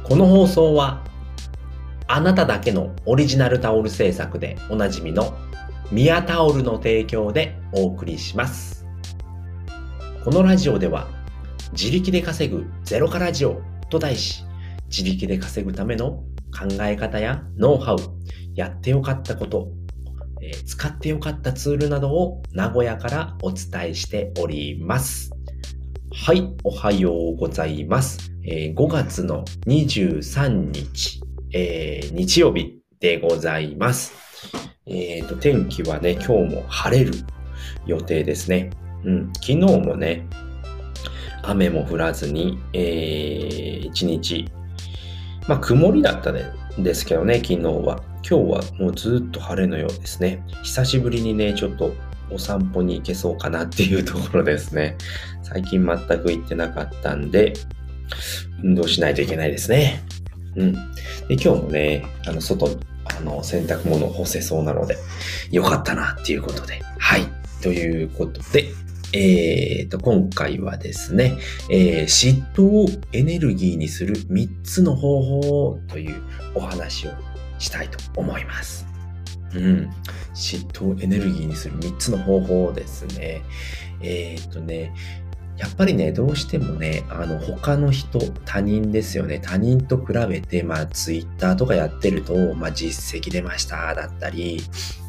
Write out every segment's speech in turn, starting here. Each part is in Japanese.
この放送はあなただけのオリジナルタオル制作でおなじみのミヤタオルの提供でお送りします。このラジオでは自力で稼ぐゼロからラジオと題し、自力で稼ぐための考え方やノウハウ、やってよかったこと、使ってよかったツールなどを名古屋からお伝えしております。はい、おはようございます。5月の23日、日曜日でございます。天気はね、今日も晴れる予定ですね。昨日もね、雨も降らずに、一日、曇りだったんですけどね、昨日は。今日はもうずっと晴れのようですね。久しぶりにね、ちょっとお散歩に行けそうかなっていうところですね。最近全く行ってなかったんで、運動しないといけないですね。で、今日もね、外に、洗濯物を干せそうなので、よかったなっていうことで。はい。ということで、今回はですね、嫉妬をエネルギーにする3つの方法というお話をしたいと思います。嫉妬をエネルギーにする3つの方法ですね。やっぱりね、どうしてもね、他の人、他人ですよね。他人と比べて、ツイッターとかやってると、実績出ましただったり、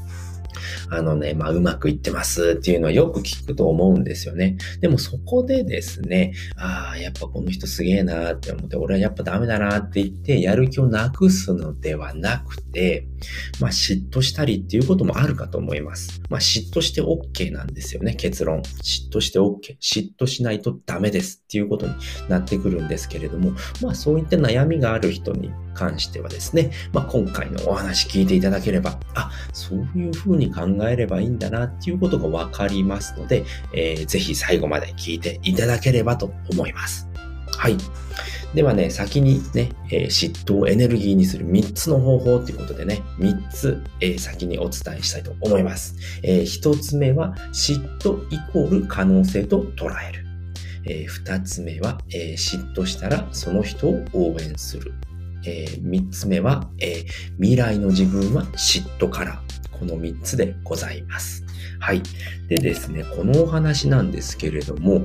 うまくいってますっていうのはよく聞くと思うんですよね。でもそこでですね、やっぱこの人すげえなって思って、俺はやっぱダメだなって言ってやる気をなくすのではなくて、嫉妬したりっていうこともあるかと思います。嫉妬して OK なんですよね、結論。嫉妬して OK。嫉妬しないとダメですっていうことになってくるんですけれども、そういった悩みがある人に関してはですね、今回のお話聞いていただければ、そういうふうに考えればいいんだなっていうことがわかりますので、ぜひ最後まで聞いていただければと思います。はい。ではね、先にね、嫉妬をエネルギーにする3つの方法ということでね、3つ、先にお伝えしたいと思います。1つ目は、嫉妬イコール可能性と捉える。2つ目は、嫉妬したらその人を応援する。3つ目は、未来の自分は嫉妬から。この3つでございます。はい。でですね、このお話なんですけれども、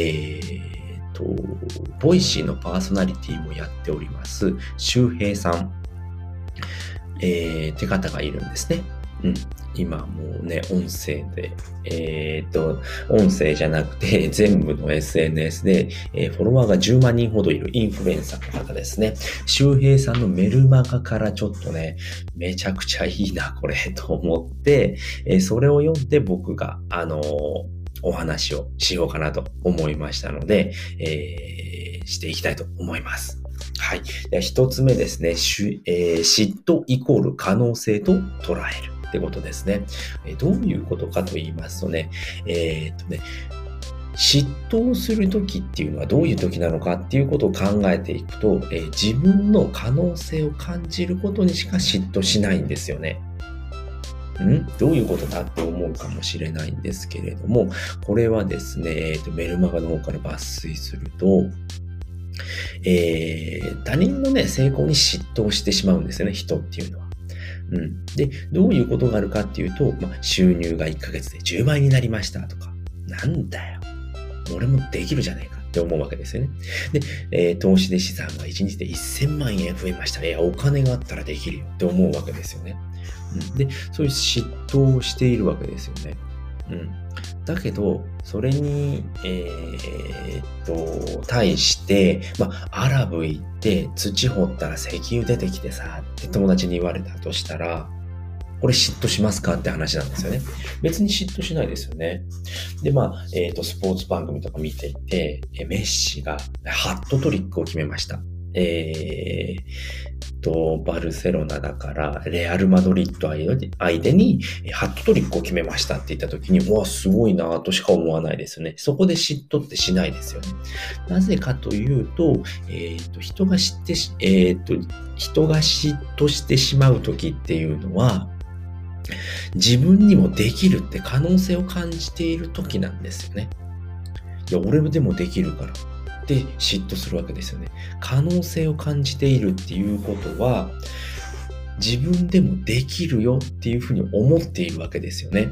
ボイシーのパーソナリティもやっております、周平さん、って方がいるんですね。今もうね、音声で、音声じゃなくて全部の SNS で、フォロワーが10万人ほどいるインフルエンサーの方ですね。周平さんのメルマガからちょっとね、めちゃくちゃいいな、これ、と思って、それを読んで僕が、お話をしようかなと思いましたので、していきたいと思います。はい。では一つ目ですね、嫉妬イコール可能性と捉えるってことですね。どういうことかと言いますとね、嫉妬をするときっていうのはどういうときなのかっていうことを考えていくと、自分の可能性を感じることにしか嫉妬しないんですよね。どういうことだって思うかもしれないんですけれども、これはですね、メルマガの方から抜粋すると、他人のね、成功に嫉妬してしまうんですよね、人っていうのは。で、どういうことがあるかっていうと、収入が1ヶ月で10倍になりましたとか、なんだよ、俺もできるじゃねえかって思うわけですよね。で、投資で資産が1日で1000万円増えました。お金があったらできるよって思うわけですよね。で、そういう嫉妬をしているわけですよね。だけど、それに、対して、アラブ行って土掘ったら石油出てきてさ、って友達に言われたとしたら、これ嫉妬しますかって話なんですよね。別に嫉妬しないですよね。で、スポーツ番組とか見ていて、メッシがハットトリックを決めました。バルセロナだからレアルマドリッド相手にハットトリックを決めましたって言った時に、うわ、すごいなぁとしか思わないですよね。そこで嫉妬ってしないですよね。なぜかというと、人が嫉妬してしまう時っていうのは、自分にもできるって可能性を感じている時なんですよね。いや、俺でもできるからっで嫉妬するわけですよね。可能性を感じているっていうことは、自分でもできるよっていうふうに思っているわけですよね。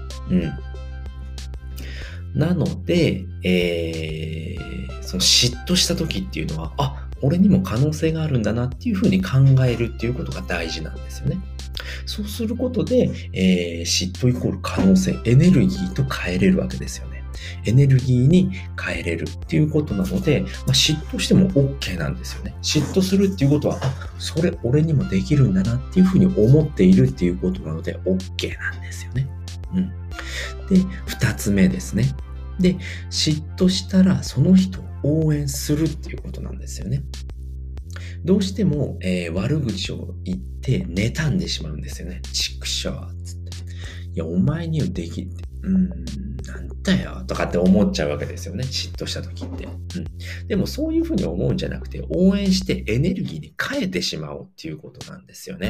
なので、その嫉妬した時っていうのは、俺にも可能性があるんだなっていうふうに考えるっていうことが大事なんですよね。そうすることで、嫉妬イコール可能性、エネルギーと変えれるわけですよね。エネルギーに変えれるっていうことなので、嫉妬しても OK なんですよね。嫉妬するっていうことは、それ俺にもできるんだなっていうふうに思っているっていうことなので OK なんですよね。で、二つ目ですね。で、嫉妬したらその人を応援するっていうことなんですよね。どうしても、悪口を言って妬んでしまうんですよね。ちくしょうつって。いや、お前にはできって。なんだよとかって思っちゃうわけですよね。嫉妬した時って。でもそういうふうに思うんじゃなくて、応援してエネルギーに変えてしまおうっていうことなんですよね。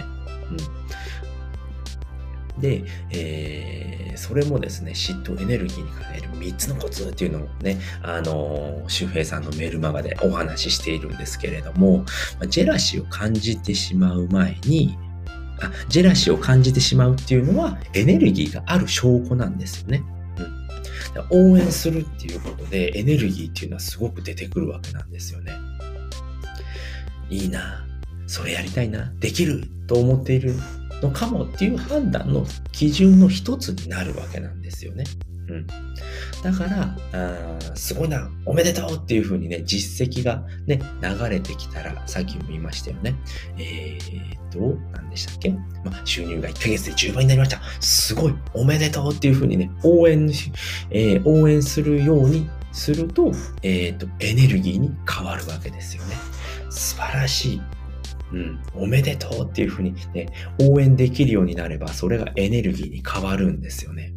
で、それもですね、嫉妬をエネルギーに変える3つのコツっていうのをね、周平さんのメルマガでお話ししているんですけれども、ジェラシーを感じてしまう前に、ジェラシーを感じてしまうっていうのはエネルギーがある証拠なんですよね。応援するっていうことでエネルギーっていうのはすごく出てくるわけなんですよね。いいな、それやりたいな、できると思っているのかもっていう判断の基準の一つになるわけなんですよね。だからすごいな、おめでとうっていう風にね、実績がね、流れてきたら、さっきも言いましたよね。何でしたっけ？収入が1ヶ月で10倍になりました。すごい、おめでとうっていう風にね、応援するようにすると、エネルギーに変わるわけですよね。素晴らしい。おめでとうっていう風にね、応援できるようになれば、それがエネルギーに変わるんですよね。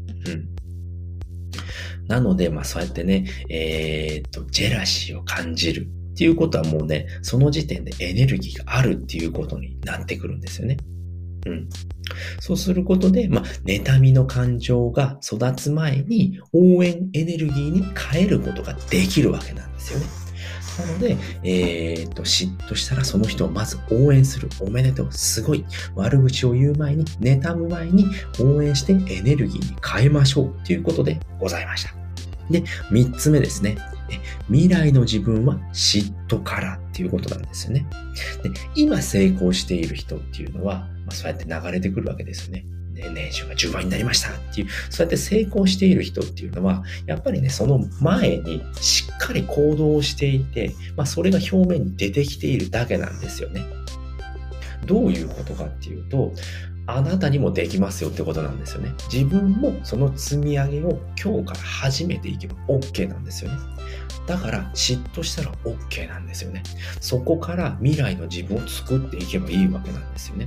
なので、そうやってね、ジェラシーを感じるっていうことはもうね、その時点でエネルギーがあるっていうことになってくるんですよね。そうすることで、妬みの感情が育つ前に応援エネルギーに変えることができるわけなんですよね。なので、嫉妬したらその人をまず応援する。おめでとう。すごい。悪口を言う前に、妬む前に応援してエネルギーに変えましょうということでございました。で、3つ目ですね。未来の自分は嫉妬からっていうことなんですよね。で、今成功している人っていうのは、そうやって流れてくるわけですよね。年収が10倍になりましたっていう、そうやって成功している人っていうのは、やっぱりね、その前にしっかり行動をしていて、それが表面に出てきているだけなんですよね。どういうことかっていうと、あなたにもできますよってことなんですよね。自分もその積み上げを今日から始めていけば OK なんですよね。だから嫉妬したら OK なんですよね。そこから未来の自分を作っていけばいいわけなんですよね。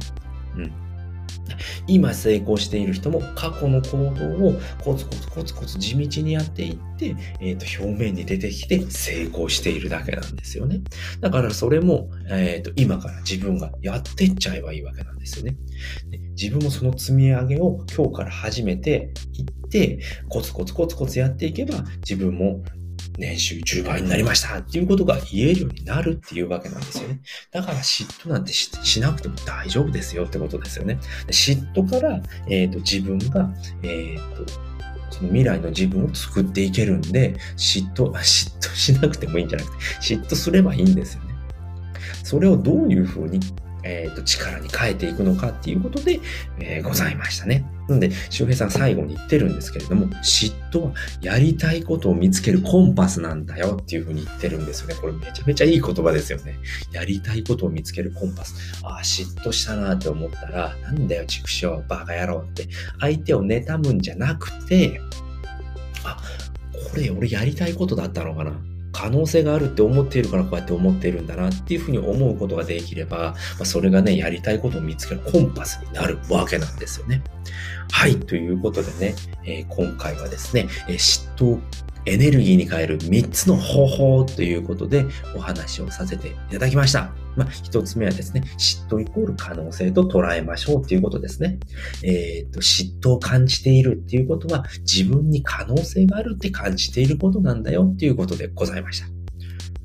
今成功している人も過去の行動をコツコツ地道にやっていって、表面に出てきて成功しているだけなんですよね。だからそれも、今から自分がやってっちゃえばいいわけなんですよね。で、自分もその積み上げを今日から始めていって、コツコツやっていけば自分も年収10倍になりましたっていうことが言えるようになるっていうわけなんですよね。だから嫉妬なんて しなくても大丈夫ですよってことですよね。嫉妬から、自分が、その未来の自分を作っていけるんで、嫉妬しなくてもいいんじゃなくて、嫉妬すればいいんですよね。それをどういうふうに力に変えていくのかっていうことで、ございましたね。なので、周平さん最後に言ってるんですけれども、嫉妬はやりたいことを見つけるコンパスなんだよっていうふうに言ってるんですよね。これめちゃめちゃいい言葉ですよね。やりたいことを見つけるコンパス。嫉妬したなって思ったら、なんだよ、畜生、バカ野郎って、相手を妬むんじゃなくて、これ俺やりたいことだったのかな。可能性があるって思っているからこうやって思っているんだなっていうふうに思うことができれば、それがね、やりたいことを見つけるコンパスになるわけなんですよね。はい、ということでね、今回はですね、嫉妬エネルギーに変える3つの方法ということでお話をさせていただきました。1つ目はですね、嫉妬イコール可能性と捉えましょうということですね。嫉妬を感じているっていうことは自分に可能性があるって感じていることなんだよっていうことでございました。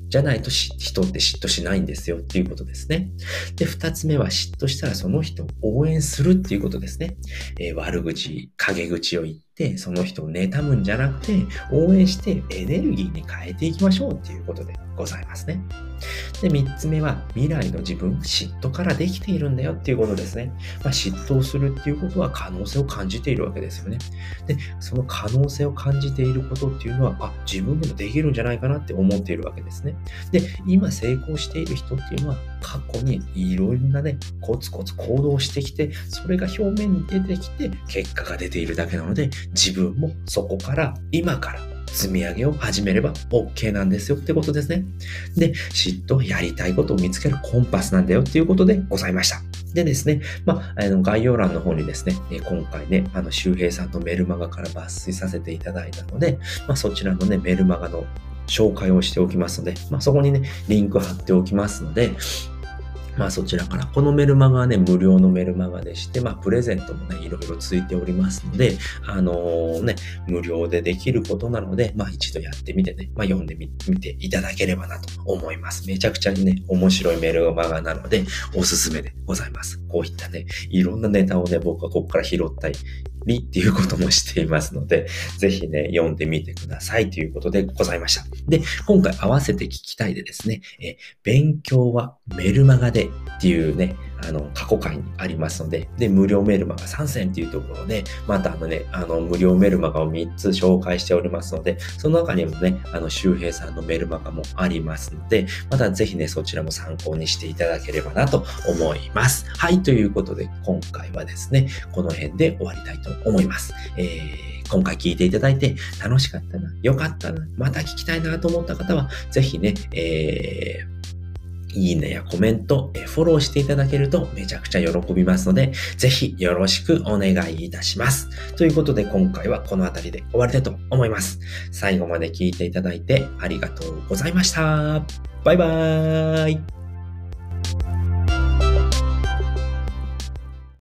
じゃないと人って嫉妬しないんですよっていうことですね。で、二つ目は嫉妬したらその人を応援するっていうことですね。悪口、陰口を言って、その人を妬むんじゃなくて、応援してエネルギーに変えていきましょうっていうことでございますね。で、三つ目は未来の自分、嫉妬からできているんだよっていうことですね。嫉妬をするっていうことは可能性を感じているわけですよね。で、その可能性を感じていることっていうのは、自分でもできるんじゃないかなって思っているわけですね。で、今成功している人っていうのは、過去にいろんなね、コツコツ行動してきて、それが表面に出てきて、結果が出ているだけなので、自分もそこから今から積み上げを始めれば OK なんですよってことですね。で、嫉妬、やりたいことを見つけるコンパスなんだよっていうことでございました。でですね、概要欄の方にですね、今回ね、周平さんのメルマガから抜粋させていただいたので、そちらのね、メルマガの紹介をしておきますので、そこにね、リンク貼っておきますので、そちらから、このメルマガはね、無料のメルマガでして、プレゼントもね、いろいろついておりますので、無料でできることなので、一度やってみてね、読んでみていただければなと思います。めちゃくちゃにね、面白いメルマガなので、おすすめでございます。こういったね、いろんなネタをね、僕はここから拾ったりっていうこともしていますので、ぜひね、読んでみてくださいということでございました。で、今回合わせて聞きたいでですね、勉強はメルマガでっていうね、過去回にありますので、で、無料メルマガ参戦っていうところで、また無料メルマガを3つ紹介しておりますので、その中にもね、周平さんのメルマガもありますので、またぜひね、そちらも参考にしていただければなと思います。はい、ということで、今回はですね、この辺で終わりたいと思います。今回聞いていただいて楽しかったな、良かったな、また聞きたいなと思った方は、ぜひね、いいねやコメント、フォローしていただけるとめちゃくちゃ喜びますので、ぜひよろしくお願いいたします。ということで今回はこの辺りで終わりたいと思います。最後まで聞いていただいてありがとうございました。バイバーイ。